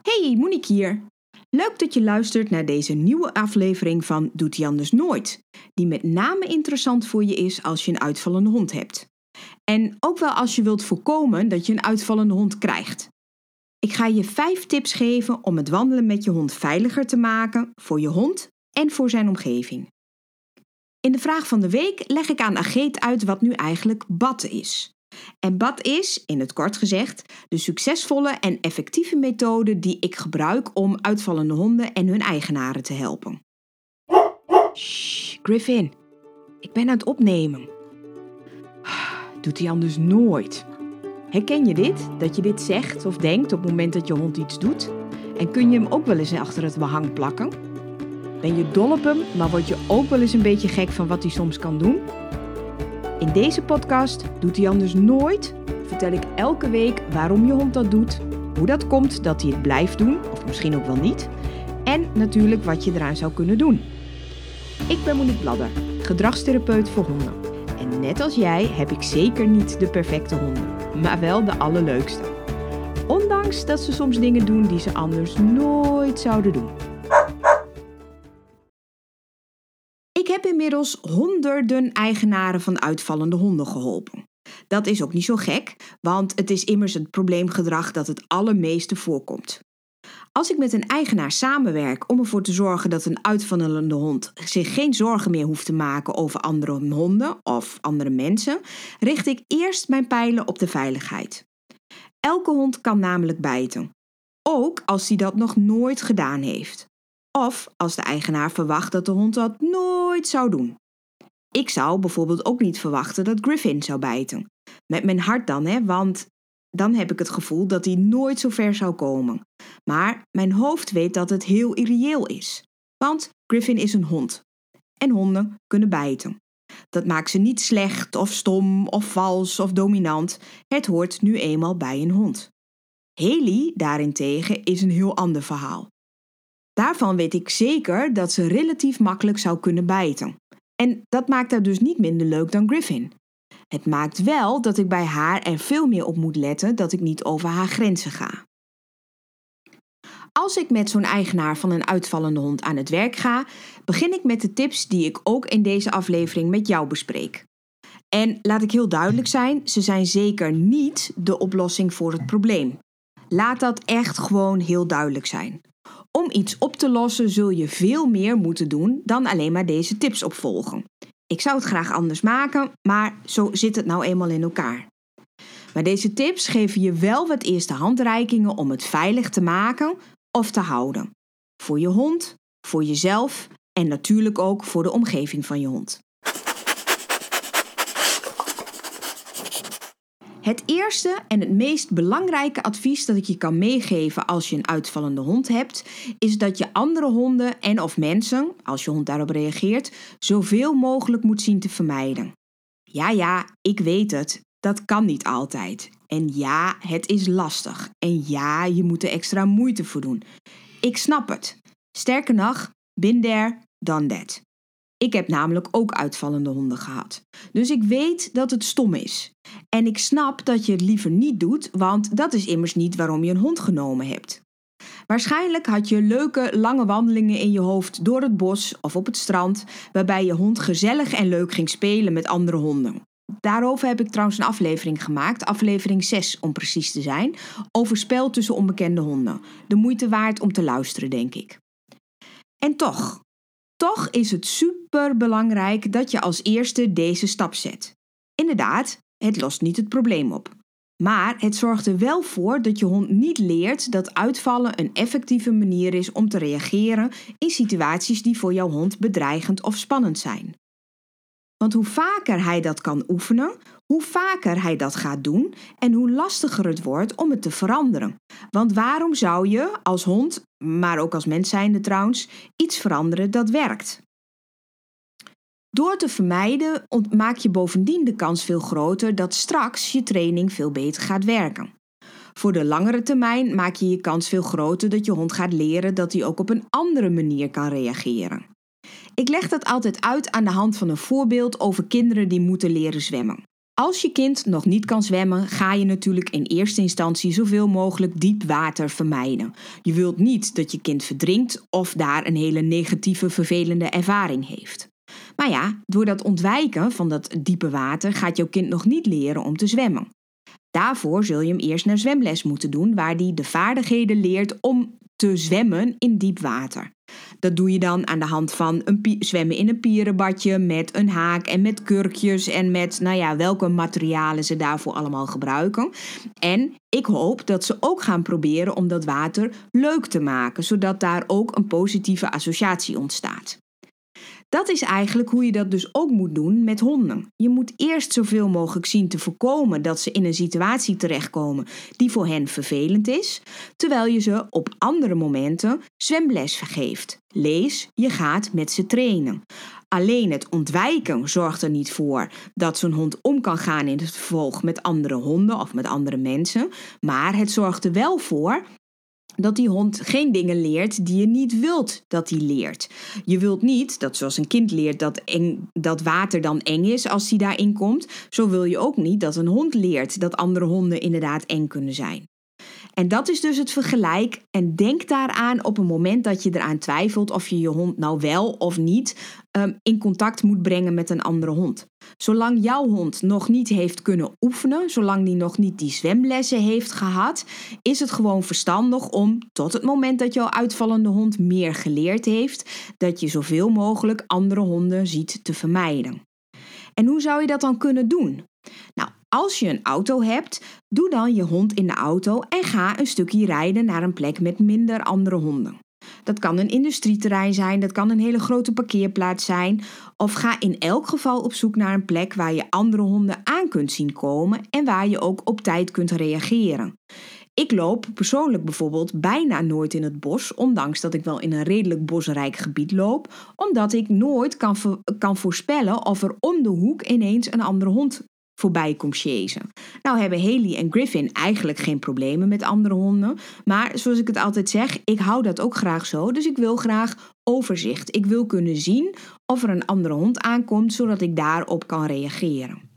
Hey, Monique hier. Leuk dat je luistert naar deze nieuwe aflevering van Doet hij anders nooit, die met name interessant voor je is als je een uitvallende hond hebt. En ook wel als je wilt voorkomen dat je een uitvallende hond krijgt. Ik ga je 5 tips geven om het wandelen met je hond veiliger te maken voor je hond en voor zijn omgeving. In de vraag van de week leg ik aan Ageet uit wat nu eigenlijk BAT is. En BAT is, in het kort gezegd, de succesvolle en effectieve methode die ik gebruik om uitvallende honden en hun eigenaren te helpen. Shh, Griffin, ik ben aan het opnemen. Doet hij anders nooit. Herken je dit? Dat je dit zegt of denkt op het moment dat je hond iets doet? En kun je hem ook wel eens achter het behang plakken? Ben je dol op hem, maar word je ook wel eens een beetje gek van wat hij soms kan doen? In deze podcast Doet hij anders nooit vertel ik elke week waarom je hond dat doet, hoe dat komt dat hij het blijft doen, of misschien ook wel niet, en natuurlijk wat je eraan zou kunnen doen. Ik ben Monique Bladder, gedragstherapeut voor honden. En net als jij heb ik zeker niet de perfecte honden, maar wel de allerleukste. Ondanks dat ze soms dingen doen die ze anders nooit zouden doen. Ik heb inmiddels honderden eigenaren van uitvallende honden geholpen. Dat is ook niet zo gek, want het is immers het probleemgedrag dat het allermeeste voorkomt. Als ik met een eigenaar samenwerk om ervoor te zorgen dat een uitvallende hond zich geen zorgen meer hoeft te maken over andere honden of andere mensen, richt ik eerst mijn pijlen op de veiligheid. Elke hond kan namelijk bijten, ook als hij dat nog nooit gedaan heeft. Of als de eigenaar verwacht dat de hond dat nooit zou doen. Ik zou bijvoorbeeld ook niet verwachten dat Griffin zou bijten. Met mijn hart dan, want dan heb ik het gevoel dat hij nooit zo ver zou komen. Maar mijn hoofd weet dat het heel irreëel is. Want Griffin is een hond. En honden kunnen bijten. Dat maakt ze niet slecht of stom of vals of dominant. Het hoort nu eenmaal bij een hond. Haley daarentegen is een heel ander verhaal. Daarvan weet ik zeker dat ze relatief makkelijk zou kunnen bijten. En dat maakt haar dus niet minder leuk dan Griffin. Het maakt wel dat ik bij haar er veel meer op moet letten dat ik niet over haar grenzen ga. Als ik met zo'n eigenaar van een uitvallende hond aan het werk ga, begin ik met de tips die ik ook in deze aflevering met jou bespreek. En laat ik heel duidelijk zijn, ze zijn zeker niet de oplossing voor het probleem. Laat dat echt gewoon heel duidelijk zijn. Om iets op te lossen zul je veel meer moeten doen dan alleen maar deze tips opvolgen. Ik zou het graag anders maken, maar zo zit het nou eenmaal in elkaar. Maar deze tips geven je wel wat eerste handreikingen om het veilig te maken of te houden. Voor je hond, voor jezelf en natuurlijk ook voor de omgeving van je hond. Het eerste en het meest belangrijke advies dat ik je kan meegeven als je een uitvallende hond hebt, is dat je andere honden en of mensen, als je hond daarop reageert, zoveel mogelijk moet zien te vermijden. Ja, ik weet het, dat kan niet altijd. En ja, het is lastig. En ja, je moet er extra moeite voor doen. Ik snap het. Sterker nog, been there, done that. Ik heb namelijk ook uitvallende honden gehad. Dus ik weet dat het stom is. En ik snap dat je het liever niet doet, want dat is immers niet waarom je een hond genomen hebt. Waarschijnlijk had je leuke, lange wandelingen in je hoofd door het bos of op het strand, waarbij je hond gezellig en leuk ging spelen met andere honden. Daarover heb ik trouwens een aflevering gemaakt, aflevering 6 om precies te zijn, over spel tussen onbekende honden. De moeite waard om te luisteren, denk ik. En toch is het super belangrijk dat je als eerste deze stap zet. Inderdaad, het lost niet het probleem op. Maar het zorgt er wel voor dat je hond niet leert dat uitvallen een effectieve manier is om te reageren in situaties die voor jouw hond bedreigend of spannend zijn. Want hoe vaker hij dat kan oefenen, hoe vaker hij dat gaat doen en hoe lastiger het wordt om het te veranderen. Want waarom zou je als hond, maar ook als mens zijnde trouwens, iets veranderen dat werkt? Door te vermijden maak je bovendien de kans veel groter dat straks je training veel beter gaat werken. Voor de langere termijn maak je je kans veel groter dat je hond gaat leren dat hij ook op een andere manier kan reageren. Ik leg dat altijd uit aan de hand van een voorbeeld over kinderen die moeten leren zwemmen. Als je kind nog niet kan zwemmen, ga je natuurlijk in eerste instantie zoveel mogelijk diep water vermijden. Je wilt niet dat je kind verdrinkt of daar een hele negatieve, vervelende ervaring heeft. Maar ja, door dat ontwijken van dat diepe water gaat jouw kind nog niet leren om te zwemmen. Daarvoor zul je hem eerst naar zwemles moeten doen, waar hij de vaardigheden leert om te zwemmen in diep water. Dat doe je dan aan de hand van zwemmen in een pierenbadje met een haak en met kurkjes en met welke materialen ze daarvoor allemaal gebruiken. En ik hoop dat ze ook gaan proberen om dat water leuk te maken, zodat daar ook een positieve associatie ontstaat. Dat is eigenlijk hoe je dat dus ook moet doen met honden. Je moet eerst zoveel mogelijk zien te voorkomen dat ze in een situatie terechtkomen die voor hen vervelend is, terwijl je ze op andere momenten zwemles geeft. Lees, je gaat met ze trainen. Alleen het ontwijken zorgt er niet voor dat zo'n hond om kan gaan in het vervolg met andere honden of met andere mensen, maar het zorgt er wel voor dat die hond geen dingen leert die je niet wilt dat hij leert. Je wilt niet dat zoals een kind leert dat water dan eng is als hij daarin komt. Zo wil je ook niet dat een hond leert dat andere honden inderdaad eng kunnen zijn. En dat is dus het vergelijk. En denk daaraan op een moment dat je eraan twijfelt of je je hond nou wel of niet in contact moet brengen met een andere hond. Zolang jouw hond nog niet heeft kunnen oefenen, zolang die nog niet die zwemlessen heeft gehad, is het gewoon verstandig om tot het moment dat jouw uitvallende hond meer geleerd heeft, dat je zoveel mogelijk andere honden ziet te vermijden. En hoe zou je dat dan kunnen doen? Nou, als je een auto hebt, doe dan je hond in de auto en ga een stukje rijden naar een plek met minder andere honden. Dat kan een industrieterrein zijn, dat kan een hele grote parkeerplaats zijn. Of ga in elk geval op zoek naar een plek waar je andere honden aan kunt zien komen en waar je ook op tijd kunt reageren. Ik loop persoonlijk bijvoorbeeld bijna nooit in het bos, ondanks dat ik wel in een redelijk bosrijk gebied loop, omdat ik nooit kan voorspellen of er om de hoek ineens een andere hond voorbij komt sjezen. Nou hebben Haley en Griffin eigenlijk geen problemen met andere honden, maar zoals ik het altijd zeg, ik hou dat ook graag zo, dus ik wil graag overzicht. Ik wil kunnen zien of er een andere hond aankomt, zodat ik daarop kan reageren.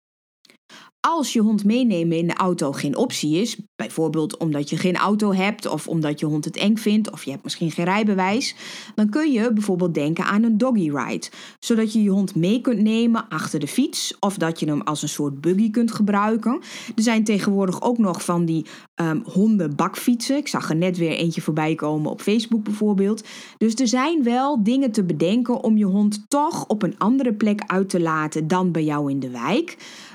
Als je hond meenemen in de auto geen optie is, bijvoorbeeld omdat je geen auto hebt of omdat je hond het eng vindt of je hebt misschien geen rijbewijs, dan kun je bijvoorbeeld denken aan een doggy ride, zodat je je hond mee kunt nemen achter de fiets of dat je hem als een soort buggy kunt gebruiken. Er zijn tegenwoordig ook nog van die hondenbakfietsen. Ik zag er net weer eentje voorbij komen op Facebook bijvoorbeeld. Dus er zijn wel dingen te bedenken om je hond toch op een andere plek uit te laten dan bij jou in de wijk.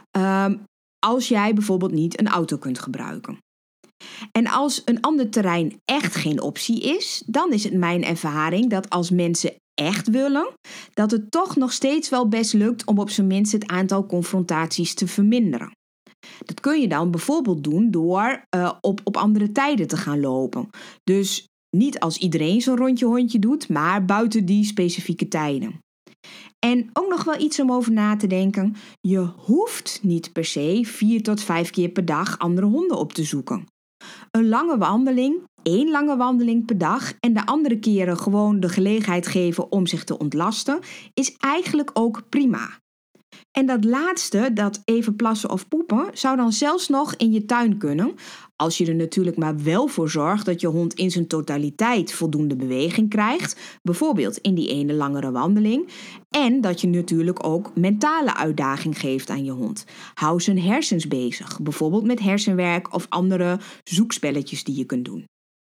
Als jij bijvoorbeeld niet een auto kunt gebruiken. En als een ander terrein echt geen optie is, dan is het mijn ervaring dat als mensen echt willen, dat het toch nog steeds wel best lukt om op zijn minst het aantal confrontaties te verminderen. Dat kun je dan bijvoorbeeld doen door op andere tijden te gaan lopen. Dus niet als iedereen zo'n rondje hondje doet, maar buiten die specifieke tijden. En ook nog wel iets om over na te denken. Je hoeft niet per se 4 tot 5 keer per dag andere honden op te zoeken. Een lange wandeling, 1 lange wandeling per dag en de andere keren gewoon de gelegenheid geven om zich te ontlasten, is eigenlijk ook prima. En dat laatste, dat even plassen of poepen, zou dan zelfs nog in je tuin kunnen, als je er natuurlijk maar wel voor zorgt dat je hond in zijn totaliteit voldoende beweging krijgt, bijvoorbeeld in die ene langere wandeling, en dat je natuurlijk ook mentale uitdaging geeft aan je hond. Hou zijn hersens bezig, bijvoorbeeld met hersenwerk of andere zoekspelletjes die je kunt doen.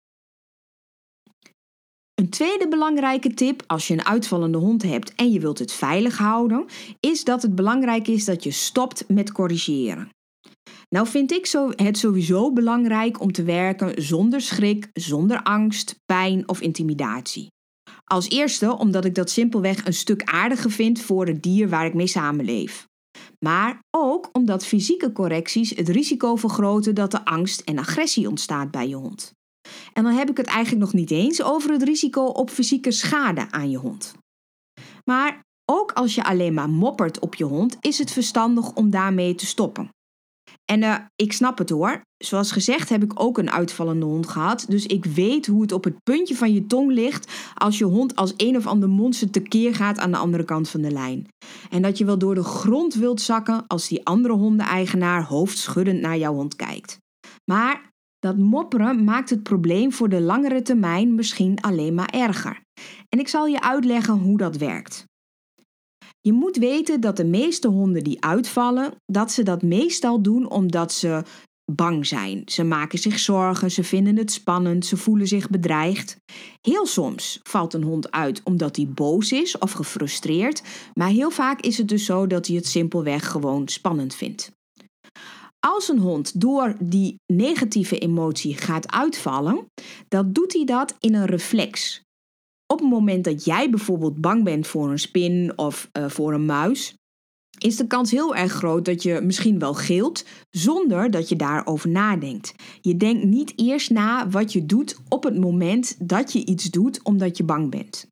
Een tweede belangrijke tip als je een uitvallende hond hebt en je wilt het veilig houden, is dat het belangrijk is dat je stopt met corrigeren. Nou vind ik het sowieso belangrijk om te werken zonder schrik, zonder angst, pijn of intimidatie. Als eerste omdat ik dat simpelweg een stuk aardiger vind voor het dier waar ik mee samenleef. Maar ook omdat fysieke correcties het risico vergroten dat er angst en agressie ontstaat bij je hond. En dan heb ik het eigenlijk nog niet eens over het risico op fysieke schade aan je hond. Maar ook als je alleen maar moppert op je hond, is het verstandig om daarmee te stoppen. En ik snap het hoor. Zoals gezegd heb ik ook een uitvallende hond gehad. Dus ik weet hoe het op het puntje van je tong ligt als je hond als een of ander monster tekeer gaat aan de andere kant van de lijn. En dat je wel door de grond wilt zakken als die andere hondeneigenaar hoofdschuddend naar jouw hond kijkt. Maar dat mopperen maakt het probleem voor de langere termijn misschien alleen maar erger. En ik zal je uitleggen hoe dat werkt. Je moet weten dat de meeste honden die uitvallen, dat ze dat meestal doen omdat ze bang zijn. Ze maken zich zorgen, ze vinden het spannend, ze voelen zich bedreigd. Heel soms valt een hond uit omdat hij boos is of gefrustreerd, maar heel vaak is het dus zo dat hij het simpelweg gewoon spannend vindt. Als een hond door die negatieve emotie gaat uitvallen, dan doet hij dat in een reflex. Op het moment dat jij bijvoorbeeld bang bent voor een spin of voor een muis, is de kans heel erg groot dat je misschien wel gilt zonder dat je daarover nadenkt. Je denkt niet eerst na wat je doet op het moment dat je iets doet omdat je bang bent.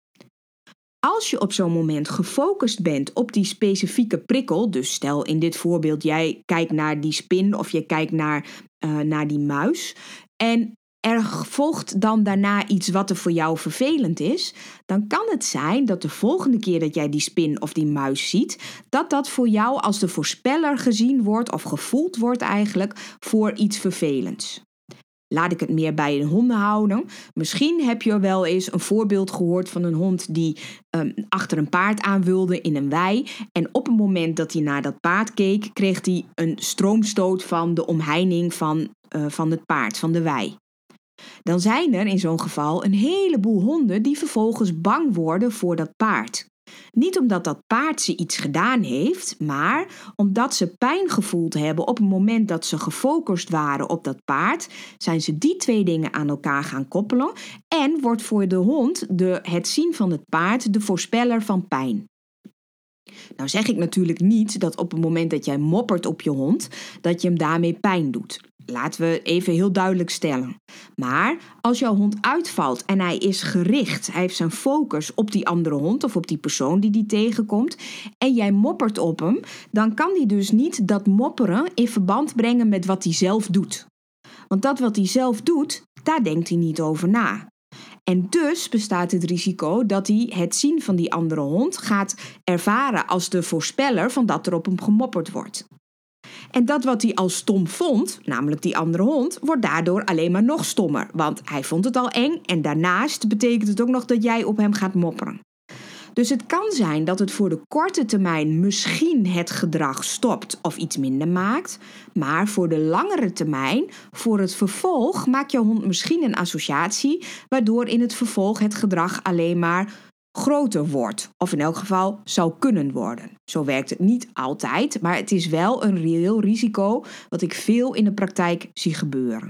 Als je op zo'n moment gefocust bent op die specifieke prikkel, dus stel in dit voorbeeld jij kijkt naar die spin of je kijkt naar die muis en er volgt dan daarna iets wat er voor jou vervelend is, dan kan het zijn dat de volgende keer dat jij die spin of die muis ziet, dat voor jou als de voorspeller gezien wordt of gevoeld wordt eigenlijk voor iets vervelends. Laat ik het meer bij een honden houden. Misschien heb je wel eens een voorbeeld gehoord van een hond die achter een paard aan wilde in een wei. En op het moment dat hij naar dat paard keek, kreeg hij een stroomstoot van de omheining van het paard, van de wei. Dan zijn er in zo'n geval een heleboel honden die vervolgens bang worden voor dat paard. Niet omdat dat paard ze iets gedaan heeft, maar omdat ze pijn gevoeld hebben op het moment dat ze gefocust waren op dat paard, zijn ze die twee dingen aan elkaar gaan koppelen en wordt voor de hond het zien van het paard de voorspeller van pijn. Nou zeg ik natuurlijk niet dat op het moment dat jij moppert op je hond, dat je hem daarmee pijn doet. Laten we even heel duidelijk stellen. Maar als jouw hond uitvalt en hij is gericht, hij heeft zijn focus op die andere hond of op die persoon die tegenkomt en jij moppert op hem, dan kan hij dus niet dat mopperen in verband brengen met wat hij zelf doet. Want dat wat hij zelf doet, daar denkt hij niet over na. En dus bestaat het risico dat hij het zien van die andere hond gaat ervaren als de voorspeller van dat er op hem gemopperd wordt. En dat wat hij al stom vond, namelijk die andere hond, wordt daardoor alleen maar nog stommer. Want hij vond het al eng en daarnaast betekent het ook nog dat jij op hem gaat mopperen. Dus het kan zijn dat het voor de korte termijn misschien het gedrag stopt of iets minder maakt. Maar voor de langere termijn, voor het vervolg, maakt jouw hond misschien een associatie, waardoor in het vervolg het gedrag alleen maar groter wordt. Of in elk geval zou kunnen worden. Zo werkt het niet altijd, maar het is wel een reëel risico wat ik veel in de praktijk zie gebeuren.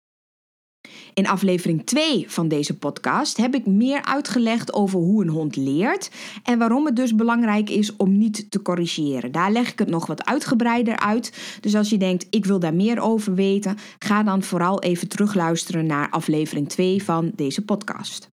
In aflevering 2 van deze podcast heb ik meer uitgelegd over hoe een hond leert en waarom het dus belangrijk is om niet te corrigeren. Daar leg ik het nog wat uitgebreider uit. Dus als je denkt, ik wil daar meer over weten, ga dan vooral even terugluisteren naar aflevering 2 van deze podcast.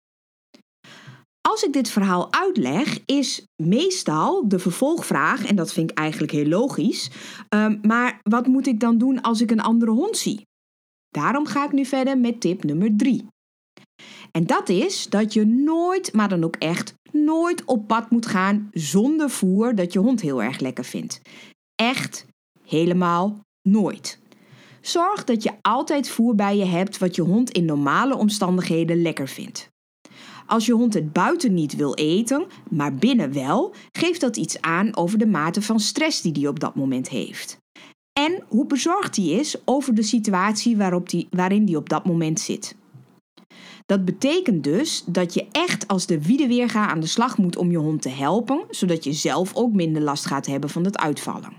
Als ik dit verhaal uitleg, is meestal de vervolgvraag, en dat vind ik eigenlijk heel logisch, maar wat moet ik dan doen als ik een andere hond zie? Daarom ga ik nu verder met tip nummer 3. En dat is dat je nooit, maar dan ook echt nooit op pad moet gaan zonder voer dat je hond heel erg lekker vindt. Echt helemaal nooit. Zorg dat je altijd voer bij je hebt wat je hond in normale omstandigheden lekker vindt. Als je hond het buiten niet wil eten, maar binnen wel, geeft dat iets aan over de mate van stress die hij op dat moment heeft. En hoe bezorgd hij is over de situatie waarin hij op dat moment zit. Dat betekent dus dat je echt als de wiedeweerga aan de slag moet om je hond te helpen, zodat je zelf ook minder last gaat hebben van het uitvallen.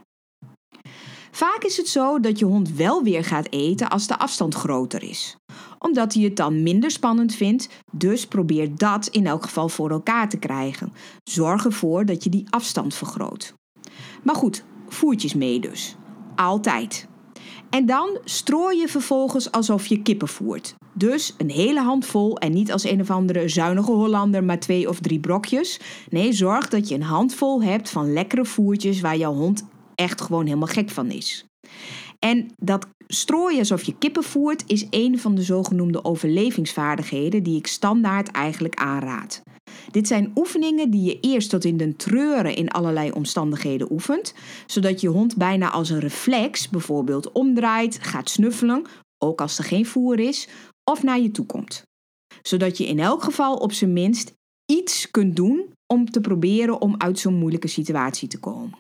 Vaak is het zo dat je hond wel weer gaat eten als de afstand groter is. Omdat hij het dan minder spannend vindt, dus probeer dat in elk geval voor elkaar te krijgen. Zorg ervoor dat je die afstand vergroot. Maar goed, voertjes mee dus. Altijd. En dan strooi je vervolgens alsof je kippen voert. Dus een hele handvol en niet als een of andere zuinige Hollander maar 2 of 3 brokjes. Nee, zorg dat je een handvol hebt van lekkere voertjes waar jouw hond echt gewoon helemaal gek van is. En dat strooien alsof je kippen voert is een van de zogenoemde overlevingsvaardigheden die ik standaard eigenlijk aanraad. Dit zijn oefeningen die je eerst tot in den treuren in allerlei omstandigheden oefent, zodat je hond bijna als een reflex bijvoorbeeld omdraait, gaat snuffelen, ook als er geen voer is, of naar je toe komt. Zodat je in elk geval op zijn minst iets kunt doen om te proberen om uit zo'n moeilijke situatie te komen.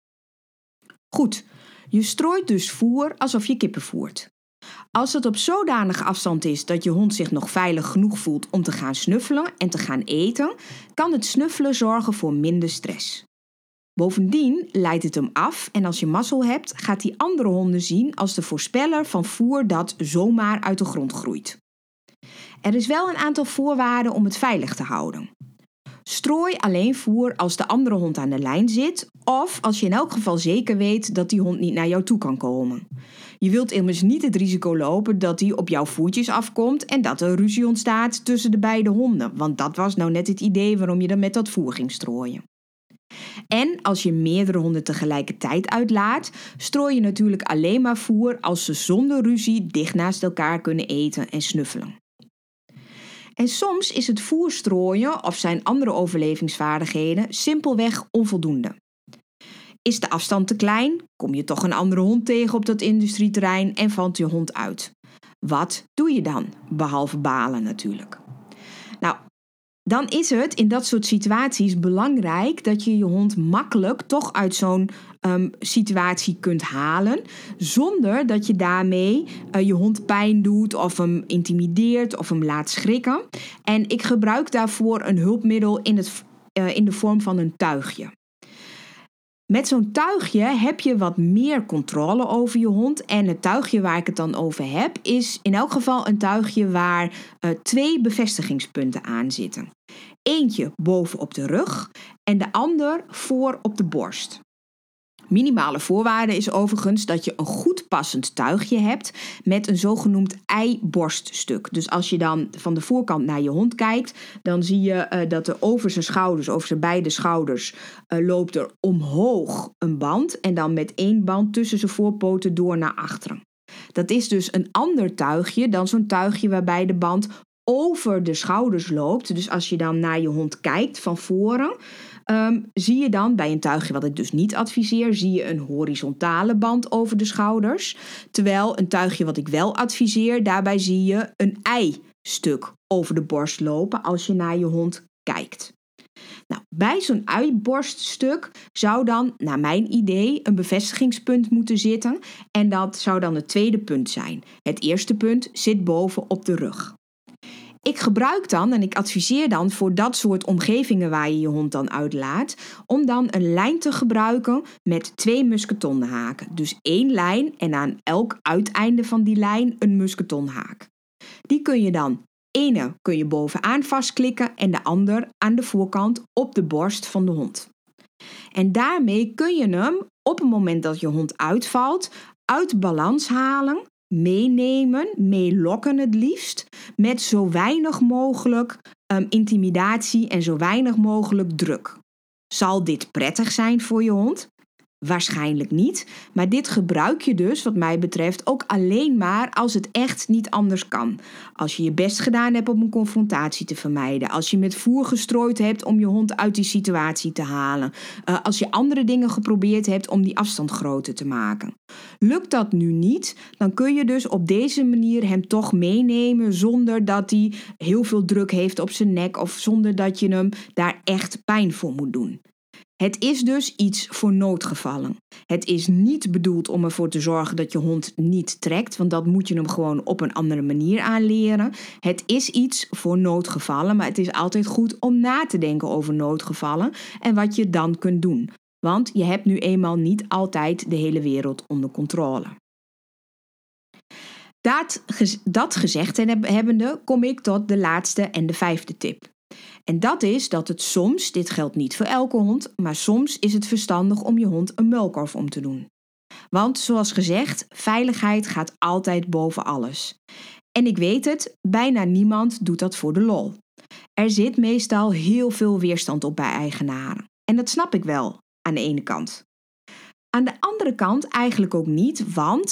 Goed, je strooit dus voer alsof je kippen voert. Als het op zodanige afstand is dat je hond zich nog veilig genoeg voelt om te gaan snuffelen en te gaan eten, kan het snuffelen zorgen voor minder stress. Bovendien leidt het hem af en als je mazzel hebt, gaat hij andere honden zien als de voorspeller van voer dat zomaar uit de grond groeit. Er is wel een aantal voorwaarden om het veilig te houden. Strooi alleen voer als de andere hond aan de lijn zit of als je in elk geval zeker weet dat die hond niet naar jou toe kan komen. Je wilt immers niet het risico lopen dat hij op jouw voetjes afkomt en dat er ruzie ontstaat tussen de beide honden, want dat was nou net het idee waarom je dan met dat voer ging strooien. En als je meerdere honden tegelijkertijd uitlaat, strooi je natuurlijk alleen maar voer als ze zonder ruzie dicht naast elkaar kunnen eten en snuffelen. En soms is het voer strooien of zijn andere overlevingsvaardigheden simpelweg onvoldoende. Is de afstand te klein, kom je toch een andere hond tegen op dat industrieterrein en valt je hond uit. Wat doe je dan? Behalve balen natuurlijk. Nou, dan is het in dat soort situaties belangrijk dat je je hond makkelijk toch uit zo'n situatie kunt halen, zonder dat je daarmee je hond pijn doet of hem intimideert of hem laat schrikken. En ik gebruik daarvoor een hulpmiddel in de vorm van een tuigje. Met zo'n tuigje heb je wat meer controle over je hond. En het tuigje waar ik het dan over heb is in elk geval een tuigje waar 2 bevestigingspunten aan zitten. Eentje boven op de rug en de ander voor op de borst. Minimale voorwaarde is overigens dat je een goed passend tuigje hebt met een zogenoemd ei-borststuk. Dus als je dan van de voorkant naar je hond kijkt, dan zie je dat er over zijn schouders, over zijn beide schouders, loopt er omhoog een band en dan met 1 band tussen zijn voorpoten door naar achteren. Dat is dus een ander tuigje dan zo'n tuigje waarbij de band over de schouders loopt. Dus als je dan naar je hond kijkt van voren, zie je dan bij een tuigje wat ik dus niet adviseer, zie je een horizontale band over de schouders. Terwijl een tuigje wat ik wel adviseer, daarbij zie je een ei-stuk over de borst lopen als je naar je hond kijkt. Nou, bij zo'n ei-borststuk zou dan, naar mijn idee, een bevestigingspunt moeten zitten. En dat zou dan het tweede punt zijn. Het eerste punt zit boven op de rug. Ik gebruik dan en ik adviseer dan voor dat soort omgevingen waar je je hond dan uitlaat, om dan een lijn te gebruiken met 2 musketonhaken. Dus 1 lijn en aan elk uiteinde van die lijn een musketonhaak. Die kun je dan, ene kun je bovenaan vastklikken en de ander aan de voorkant op de borst van de hond. En daarmee kun je hem op het moment dat je hond uitvalt, uit balans halen, meenemen, meelokken het liefst, met zo weinig mogelijk intimidatie en zo weinig mogelijk druk. Zal dit prettig zijn voor je hond? Waarschijnlijk niet, maar dit gebruik je dus wat mij betreft ook alleen maar als het echt niet anders kan. Als je je best gedaan hebt om een confrontatie te vermijden, als je met voer gestrooid hebt om je hond uit die situatie te halen, als je andere dingen geprobeerd hebt om die afstand groter te maken. Lukt dat nu niet, dan kun je dus op deze manier hem toch meenemen zonder dat hij heel veel druk heeft op zijn nek of zonder dat je hem daar echt pijn voor moet doen. Het is dus iets voor noodgevallen. Het is niet bedoeld om ervoor te zorgen dat je hond niet trekt, want dat moet je hem gewoon op een andere manier aanleren. Het is iets voor noodgevallen, maar het is altijd goed om na te denken over noodgevallen en wat je dan kunt doen. Want je hebt nu eenmaal niet altijd de hele wereld onder controle. Dat gezegd hebbende kom ik tot de laatste en de 5e tip. En dat is dat het soms, dit geldt niet voor elke hond, maar soms is het verstandig om je hond een muilkorf om te doen. Want zoals gezegd, veiligheid gaat altijd boven alles. En ik weet het, bijna niemand doet dat voor de lol. Er zit meestal heel veel weerstand op bij eigenaren. En dat snap ik wel, aan de ene kant. Aan de andere kant eigenlijk ook niet, want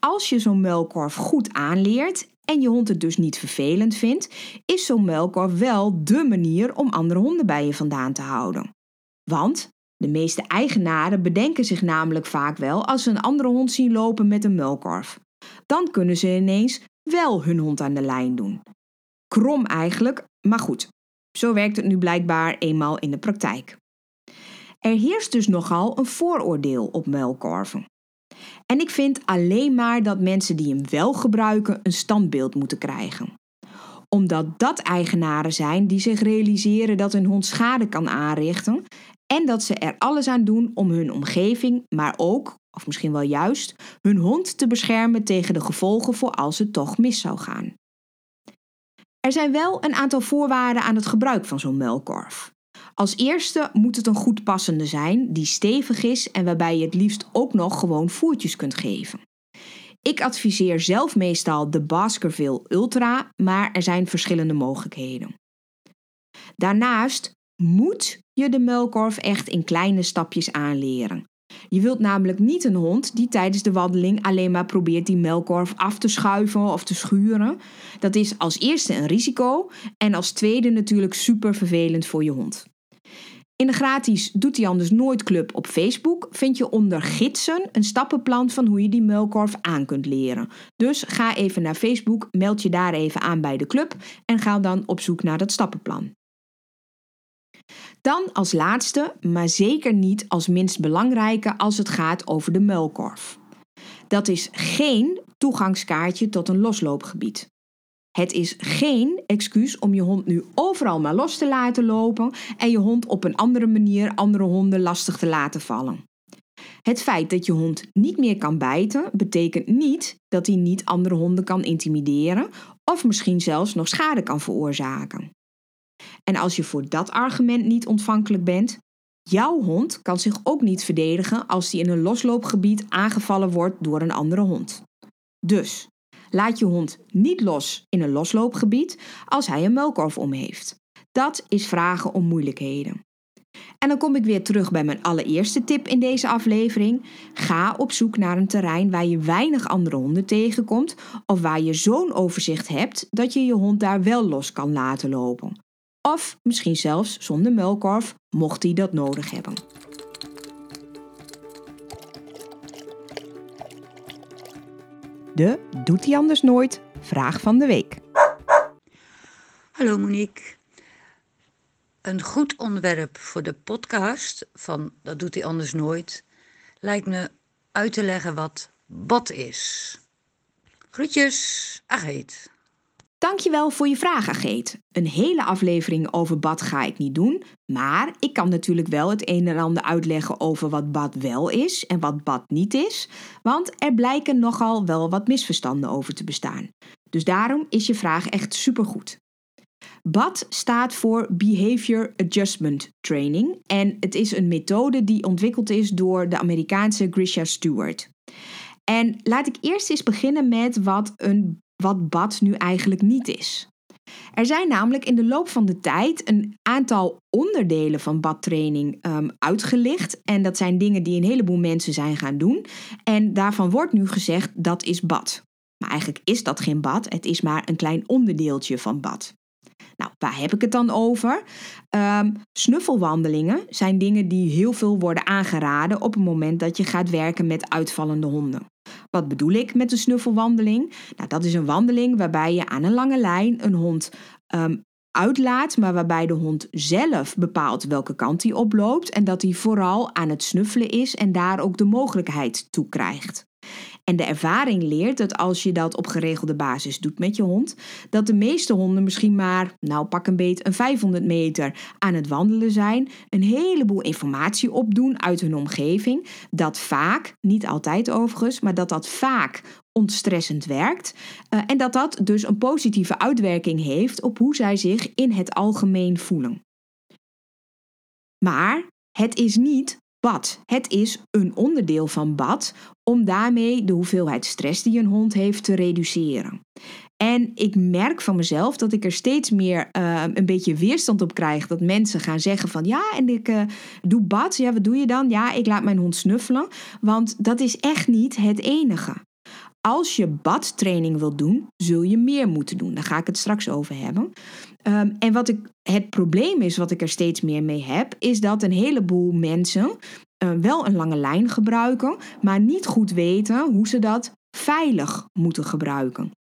als je zo'n muilkorf goed aanleert en je hond het dus niet vervelend vindt, is zo'n muilkorf wel dé manier om andere honden bij je vandaan te houden. Want de meeste eigenaren bedenken zich namelijk vaak wel als ze een andere hond zien lopen met een muilkorf. Dan kunnen ze ineens wel hun hond aan de lijn doen. Krom eigenlijk, maar goed. Zo werkt het nu blijkbaar eenmaal in de praktijk. Er heerst dus nogal een vooroordeel op muilkorven. En ik vind alleen maar dat mensen die hem wel gebruiken een standbeeld moeten krijgen. Omdat dat eigenaren zijn die zich realiseren dat hun hond schade kan aanrichten en dat ze er alles aan doen om hun omgeving, maar ook, of misschien wel juist, hun hond te beschermen tegen de gevolgen voor als het toch mis zou gaan. Er zijn wel een aantal voorwaarden aan het gebruik van zo'n muilkorf. Als eerste moet het een goed passende zijn, die stevig is en waarbij je het liefst ook nog gewoon voertjes kunt geven. Ik adviseer zelf meestal de Baskerville Ultra, maar er zijn verschillende mogelijkheden. Daarnaast moet je de muilkorf echt in kleine stapjes aanleren. Je wilt namelijk niet een hond die tijdens de wandeling alleen maar probeert die muilkorf af te schuiven of te schuren. Dat is als eerste een risico en als tweede natuurlijk super vervelend voor je hond. In de gratis Doet hij anders nooit club op Facebook vind je onder gidsen een stappenplan van hoe je die muilkorf aan kunt leren. Dus ga even naar Facebook, meld je daar even aan bij de club en ga dan op zoek naar dat stappenplan. Dan als laatste, maar zeker niet als minst belangrijke als het gaat over de muilkorf. Dat is geen toegangskaartje tot een losloopgebied. Het is geen excuus om je hond nu overal maar los te laten lopen en je hond op een andere manier andere honden lastig te laten vallen. Het feit dat je hond niet meer kan bijten, betekent niet dat hij niet andere honden kan intimideren of misschien zelfs nog schade kan veroorzaken. En als je voor dat argument niet ontvankelijk bent, jouw hond kan zich ook niet verdedigen als hij in een losloopgebied aangevallen wordt door een andere hond. Dus laat je hond niet los in een losloopgebied als hij een muilkorf om heeft. Dat is vragen om moeilijkheden. En dan kom ik weer terug bij mijn allereerste tip in deze aflevering. Ga op zoek naar een terrein waar je weinig andere honden tegenkomt of waar je zo'n overzicht hebt dat je je hond daar wel los kan laten lopen. Of misschien zelfs zonder muilkorf, mocht hij dat nodig hebben. De Doet hij anders nooit? Vraag van de week. Hallo Monique. Een goed onderwerp voor de podcast van Dat Doet hij anders nooit lijkt me uit te leggen wat bad is. Groetjes, Ageet. Dankjewel voor je vraag, Ageet. Een hele aflevering over bad ga ik niet doen, maar ik kan natuurlijk wel het een en ander uitleggen over wat bad wel is en wat bad niet is, want er blijken nogal wel wat misverstanden over te bestaan. Dus daarom is je vraag echt supergoed. BAT staat voor Behavior Adjustment Training en het is een methode die ontwikkeld is door de Amerikaanse Grisha Stewart. En laat ik eerst eens beginnen met wat BAT nu eigenlijk niet is. Er zijn namelijk in de loop van de tijd een aantal onderdelen van BAT-training uitgelicht. En dat zijn dingen die een heleboel mensen zijn gaan doen. En daarvan wordt nu gezegd dat is BAT. Maar eigenlijk is dat geen BAT, het is maar een klein onderdeeltje van BAT. Nou, waar heb ik het dan over? Snuffelwandelingen zijn dingen die heel veel worden aangeraden op het moment dat je gaat werken met uitvallende honden. Wat bedoel ik met een snuffelwandeling? Nou, dat is een wandeling waarbij je aan een lange lijn een hond uitlaat, maar waarbij de hond zelf bepaalt welke kant hij oploopt en dat hij vooral aan het snuffelen is en daar ook de mogelijkheid toe krijgt. En de ervaring leert dat als je dat op geregelde basis doet met je hond, dat de meeste honden misschien maar, pak een beet, een 500 meter aan het wandelen zijn, een heleboel informatie opdoen uit hun omgeving, dat vaak, niet altijd overigens, maar dat vaak ontstressend werkt en dat dus een positieve uitwerking heeft op hoe zij zich in het algemeen voelen. Maar het is niet BAT. Het is een onderdeel van BAT om daarmee de hoeveelheid stress die een hond heeft te reduceren. En ik merk van mezelf dat ik er steeds meer een beetje weerstand op krijg. Dat mensen gaan zeggen van ja, en ik doe BAT. Ja, wat doe je dan? Ja, ik laat mijn hond snuffelen. Want dat is echt niet het enige. als je badtraining wilt doen, zul je meer moeten doen. Daar ga ik het straks over hebben. En het probleem is, wat ik er steeds meer mee heb, is dat een heleboel mensen wel een lange lijn gebruiken, maar niet goed weten hoe ze dat veilig moeten gebruiken.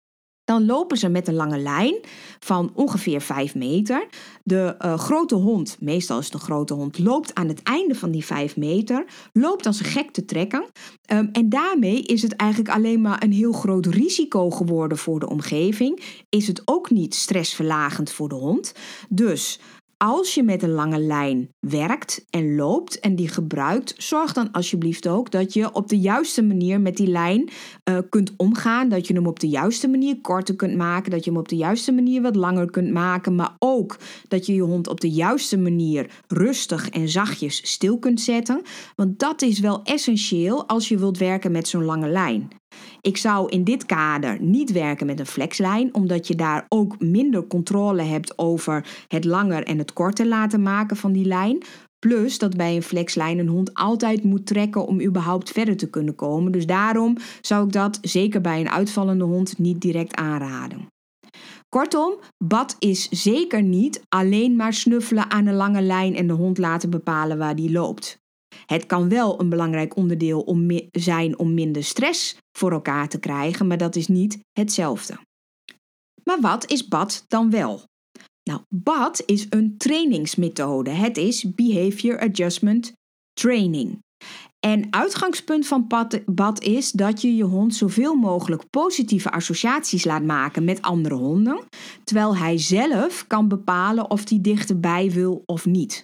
Dan lopen ze met een lange lijn van ongeveer 5 meter. De grote hond, meestal is het een grote hond, loopt aan het einde van die 5 meter, loopt als een gek te trekken. En daarmee is het eigenlijk alleen maar een heel groot risico geworden voor de omgeving. Is het ook niet stressverlagend voor de hond. Dus als je met een lange lijn werkt en loopt en die gebruikt, zorg dan alsjeblieft ook dat je op de juiste manier met die lijn kunt omgaan. Dat je hem op de juiste manier korter kunt maken, dat je hem op de juiste manier wat langer kunt maken. Maar ook dat je je hond op de juiste manier rustig en zachtjes stil kunt zetten. Want dat is wel essentieel als je wilt werken met zo'n lange lijn. Ik zou in dit kader niet werken met een flexlijn, omdat je daar ook minder controle hebt over het langer en het korter laten maken van die lijn. Plus dat bij een flexlijn een hond altijd moet trekken om überhaupt verder te kunnen komen. Dus daarom zou ik dat zeker bij een uitvallende hond niet direct aanraden. Kortom, bad is zeker niet alleen maar snuffelen aan een lange lijn en de hond laten bepalen waar die loopt. Het kan wel een belangrijk onderdeel zijn om minder stress voor elkaar te krijgen, maar dat is niet hetzelfde. Maar wat is bad dan wel? Nou, bad is een trainingsmethode. Het is Behavior Adjustment Training. En uitgangspunt van bad is dat je je hond zoveel mogelijk positieve associaties laat maken met andere honden, terwijl hij zelf kan bepalen of hij dichterbij wil of niet.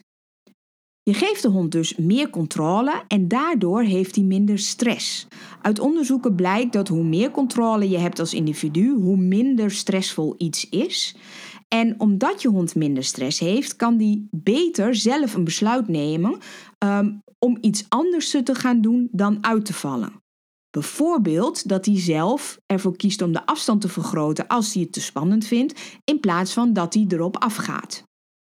Je geeft de hond dus meer controle en daardoor heeft hij minder stress. Uit onderzoeken blijkt dat hoe meer controle je hebt als individu, hoe minder stressvol iets is. En omdat je hond minder stress heeft, kan die beter zelf een besluit nemen om iets anders te gaan doen dan uit te vallen. Bijvoorbeeld dat hij zelf ervoor kiest om de afstand te vergroten als hij het te spannend vindt, in plaats van dat hij erop afgaat.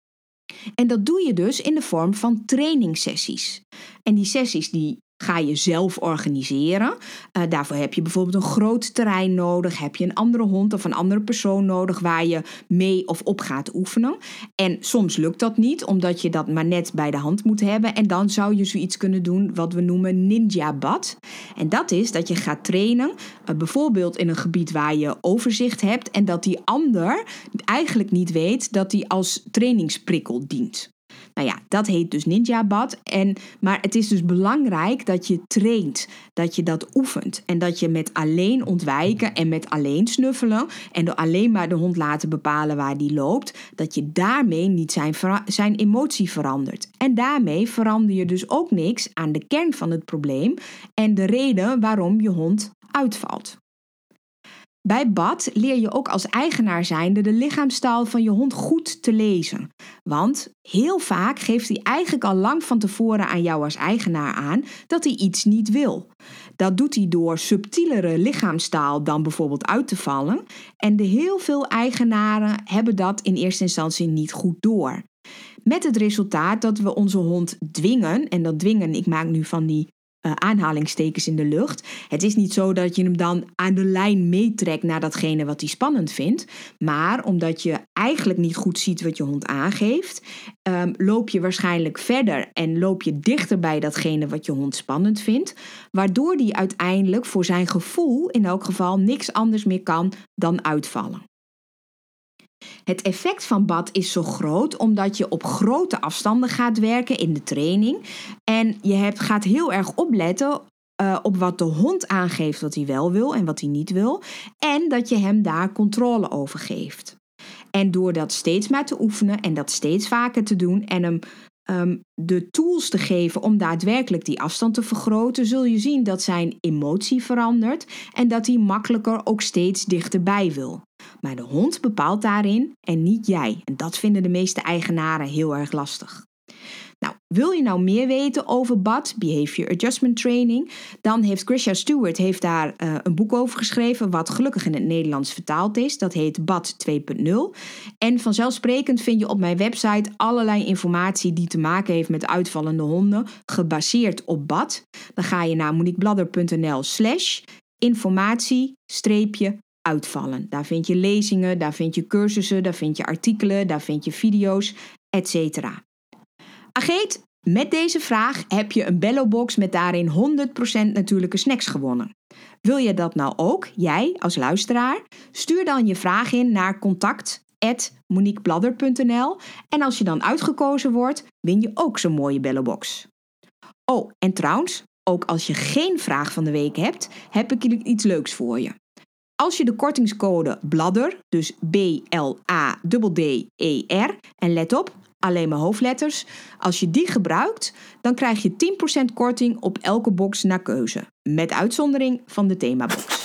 En dat doe je dus in de vorm van trainingssessies. En die sessies die ga je zelf organiseren. Daarvoor heb je bijvoorbeeld een groot terrein nodig. Heb je een andere hond of een andere persoon nodig waar je mee of op gaat oefenen. En soms lukt dat niet, omdat je dat maar net bij de hand moet hebben. En dan zou je zoiets kunnen doen wat we noemen ninja bad. En dat is dat je gaat trainen, bijvoorbeeld in een gebied waar je overzicht hebt. En dat die ander eigenlijk niet weet dat die als trainingsprikkel dient. Nou ja, dat heet dus ninja bad. Maar het is dus belangrijk dat je traint, dat je dat oefent. En dat je met alleen ontwijken en met alleen snuffelen en door alleen maar de hond laten bepalen waar die loopt, dat je daarmee niet zijn emotie verandert. En daarmee verander je dus ook niks aan de kern van het probleem en de reden waarom je hond uitvalt. Bij bad leer je ook als eigenaar zijnde de lichaamstaal van je hond goed te lezen. Want heel vaak geeft hij eigenlijk al lang van tevoren aan jou als eigenaar aan dat hij iets niet wil. Dat doet hij door subtielere lichaamstaal dan bijvoorbeeld uit te vallen. En heel veel eigenaren hebben dat in eerste instantie niet goed door. Met het resultaat dat we onze hond dwingen, en dat dwingen, ik maak nu van die aanhalingstekens in de lucht. Het is niet zo dat je hem dan aan de lijn meetrekt naar datgene wat hij spannend vindt. Maar omdat je eigenlijk niet goed ziet wat je hond aangeeft, loop je waarschijnlijk verder en loop je dichter bij datgene wat je hond spannend vindt. Waardoor die uiteindelijk voor zijn gevoel in elk geval niks anders meer kan dan uitvallen. Het effect van bad is zo groot omdat je op grote afstanden gaat werken in de training. En je gaat heel erg opletten op wat de hond aangeeft wat hij wel wil en wat hij niet wil. En dat je hem daar controle over geeft. En door dat steeds maar te oefenen en dat steeds vaker te doen en hem de tools te geven om daadwerkelijk die afstand te vergroten, zul je zien dat zijn emotie verandert en dat hij makkelijker ook steeds dichterbij wil. Maar de hond bepaalt daarin en niet jij. En dat vinden de meeste eigenaren heel erg lastig. Nou, wil je nou meer weten over BAT, Behavior Adjustment Training, dan heeft Grisha Stewart daar een boek over geschreven, wat gelukkig in het Nederlands vertaald is. Dat heet BAT 2.0. En vanzelfsprekend vind je op mijn website allerlei informatie die te maken heeft met uitvallende honden, gebaseerd op BAT. Dan ga je naar moniquebladder.nl/. informatie-uitvallen. Daar vind je lezingen, daar vind je cursussen, daar vind je artikelen, daar vind je video's, etc. Ageet, met deze vraag heb je een bellobox met daarin 100% natuurlijke snacks gewonnen. Wil je dat nou ook, jij als luisteraar? Stuur dan je vraag in naar contact@moniquebladder.nl en als je dan uitgekozen wordt, win je ook zo'n mooie bellobox. Oh, en trouwens, ook als je geen vraag van de week hebt, heb ik iets leuks voor je. Als je de kortingscode BLADDER, dus BLADDER, en let op, alleen maar hoofdletters, als je die gebruikt, dan krijg je 10% korting op elke box naar keuze, met uitzondering van de themabox.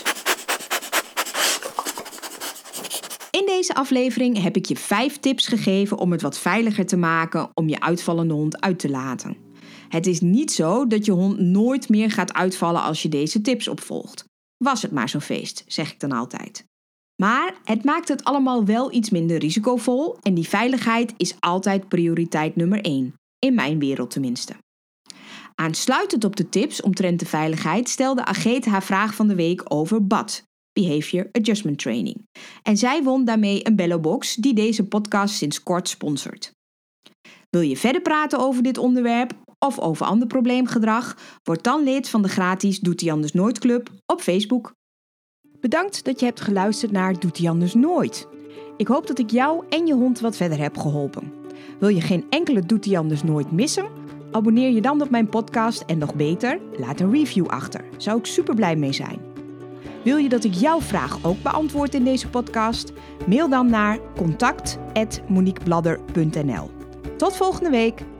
In deze aflevering heb ik je 5 tips gegeven om het wat veiliger te maken om je uitvallende hond uit te laten. Het is niet zo dat je hond nooit meer gaat uitvallen als je deze tips opvolgt. Was het maar zo'n feest, zeg ik dan altijd. Maar het maakt het allemaal wel iets minder risicovol en die veiligheid is altijd prioriteit nummer 1. In mijn wereld tenminste. Aansluitend op de tips omtrent de veiligheid stelde Ageet haar vraag van de week over BAT, Behavior Adjustment Training. En zij won daarmee een bellobox die deze podcast sinds kort sponsort. Wil je verder praten over dit onderwerp of over ander probleemgedrag? Word dan lid van de gratis Doet ie anders nooit club op Facebook. Bedankt dat je hebt geluisterd naar Doet ie anders nooit. Ik hoop dat ik jou en je hond wat verder heb geholpen. Wil je geen enkele Doet ie anders nooit missen? Abonneer je dan op mijn podcast en nog beter, laat een review achter. Zou ik super blij mee zijn. Wil je dat ik jouw vraag ook beantwoord in deze podcast? Mail dan naar contact@moniquebladder.nl. Tot volgende week!